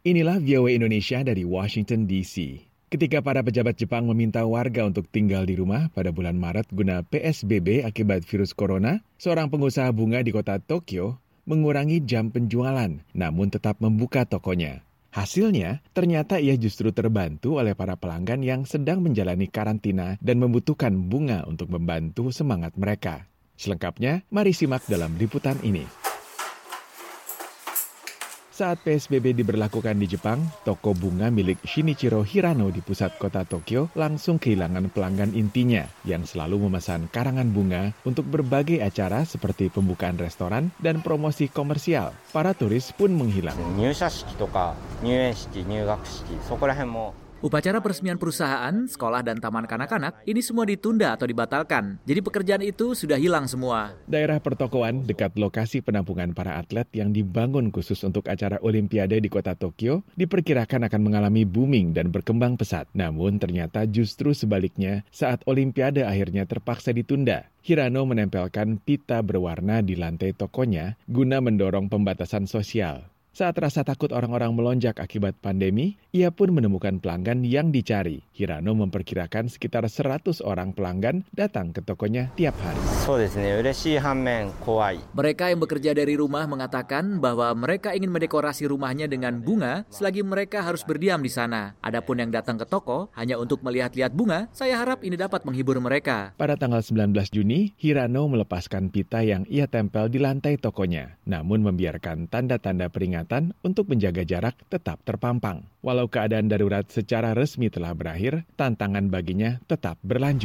Inilah VOA Indonesia dari Washington DC. Ketika para pejabat Jepang meminta warga untuk tinggal di rumah pada bulan Maret guna PSBB akibat virus corona, seorang pengusaha bunga di kota Tokyo mengurangi jam penjualan, namun tetap membuka tokonya. Hasilnya, ternyata ia justru terbantu oleh para pelanggan yang sedang menjalani karantina dan membutuhkan bunga untuk membantu semangat mereka. Selengkapnya, mari simak dalam liputan ini. Saat PSBB diberlakukan di Jepang, toko bunga milik Shinichiro Hirano di pusat kota Tokyo langsung kehilangan pelanggan intinya yang selalu memesan karangan bunga untuk berbagai acara seperti pembukaan restoran dan promosi komersial. Para turis pun menghilang. Upacara peresmian perusahaan, sekolah, dan taman kanak-kanak ini semua ditunda atau dibatalkan. Jadi pekerjaan itu sudah hilang semua. Daerah pertokoan dekat lokasi penampungan para atlet yang dibangun khusus untuk acara Olimpiade di kota Tokyo diperkirakan akan mengalami booming dan berkembang pesat. Namun ternyata justru sebaliknya saat Olimpiade akhirnya terpaksa ditunda. Hirano menempelkan pita berwarna di lantai tokonya guna mendorong pembatasan sosial. Saat rasa takut orang-orang melonjak akibat pandemi, ia pun menemukan pelanggan yang dicari. Hirano memperkirakan sekitar 100 orang pelanggan datang ke tokonya tiap hari. Mereka yang bekerja dari rumah mengatakan bahwa mereka ingin mendekorasi rumahnya dengan bunga selagi mereka harus berdiam di sana. Adapun yang datang ke toko hanya untuk melihat-lihat bunga, saya harap ini dapat menghibur mereka. Pada tanggal 19 Juni, Hirano melepaskan pita yang ia tempel di lantai tokonya, namun membiarkan tanda-tanda peringatan untuk menjaga jarak tetap terpampang. Walau keadaan darurat secara resmi telah berakhir, tantangan baginya tetap berlanjut.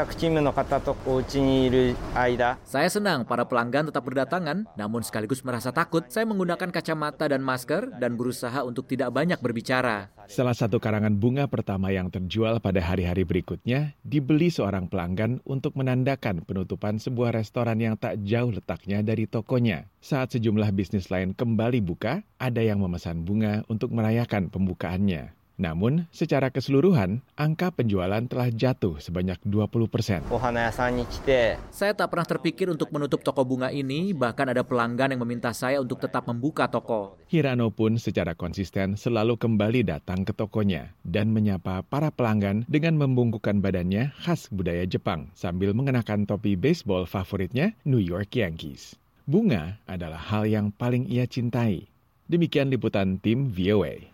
Saya senang para pelanggan tetap berdatangan, namun sekaligus merasa takut. Saya menggunakan kacamata dan masker dan berusaha untuk tidak banyak berbicara. Salah satu karangan bunga pertama yang terjual pada hari-hari berikutnya dibeli seorang pelanggan untuk menandakan penutupan sebuah restoran yang tak jauh letaknya dari tokonya. Saat sejumlah bisnis lain kembali buka, ada yang memesan bunga untuk merayakan pembukaannya. Namun, secara keseluruhan, angka penjualan telah jatuh sebanyak 20%. Saya tak pernah terpikir untuk menutup toko bunga ini, bahkan ada pelanggan yang meminta saya untuk tetap membuka toko. Hirano pun secara konsisten selalu kembali datang ke tokonya dan menyapa para pelanggan dengan membungkukkan badannya khas budaya Jepang sambil mengenakan topi baseball favoritnya New York Yankees. Bunga adalah hal yang paling ia cintai. Demikian liputan tim VOA.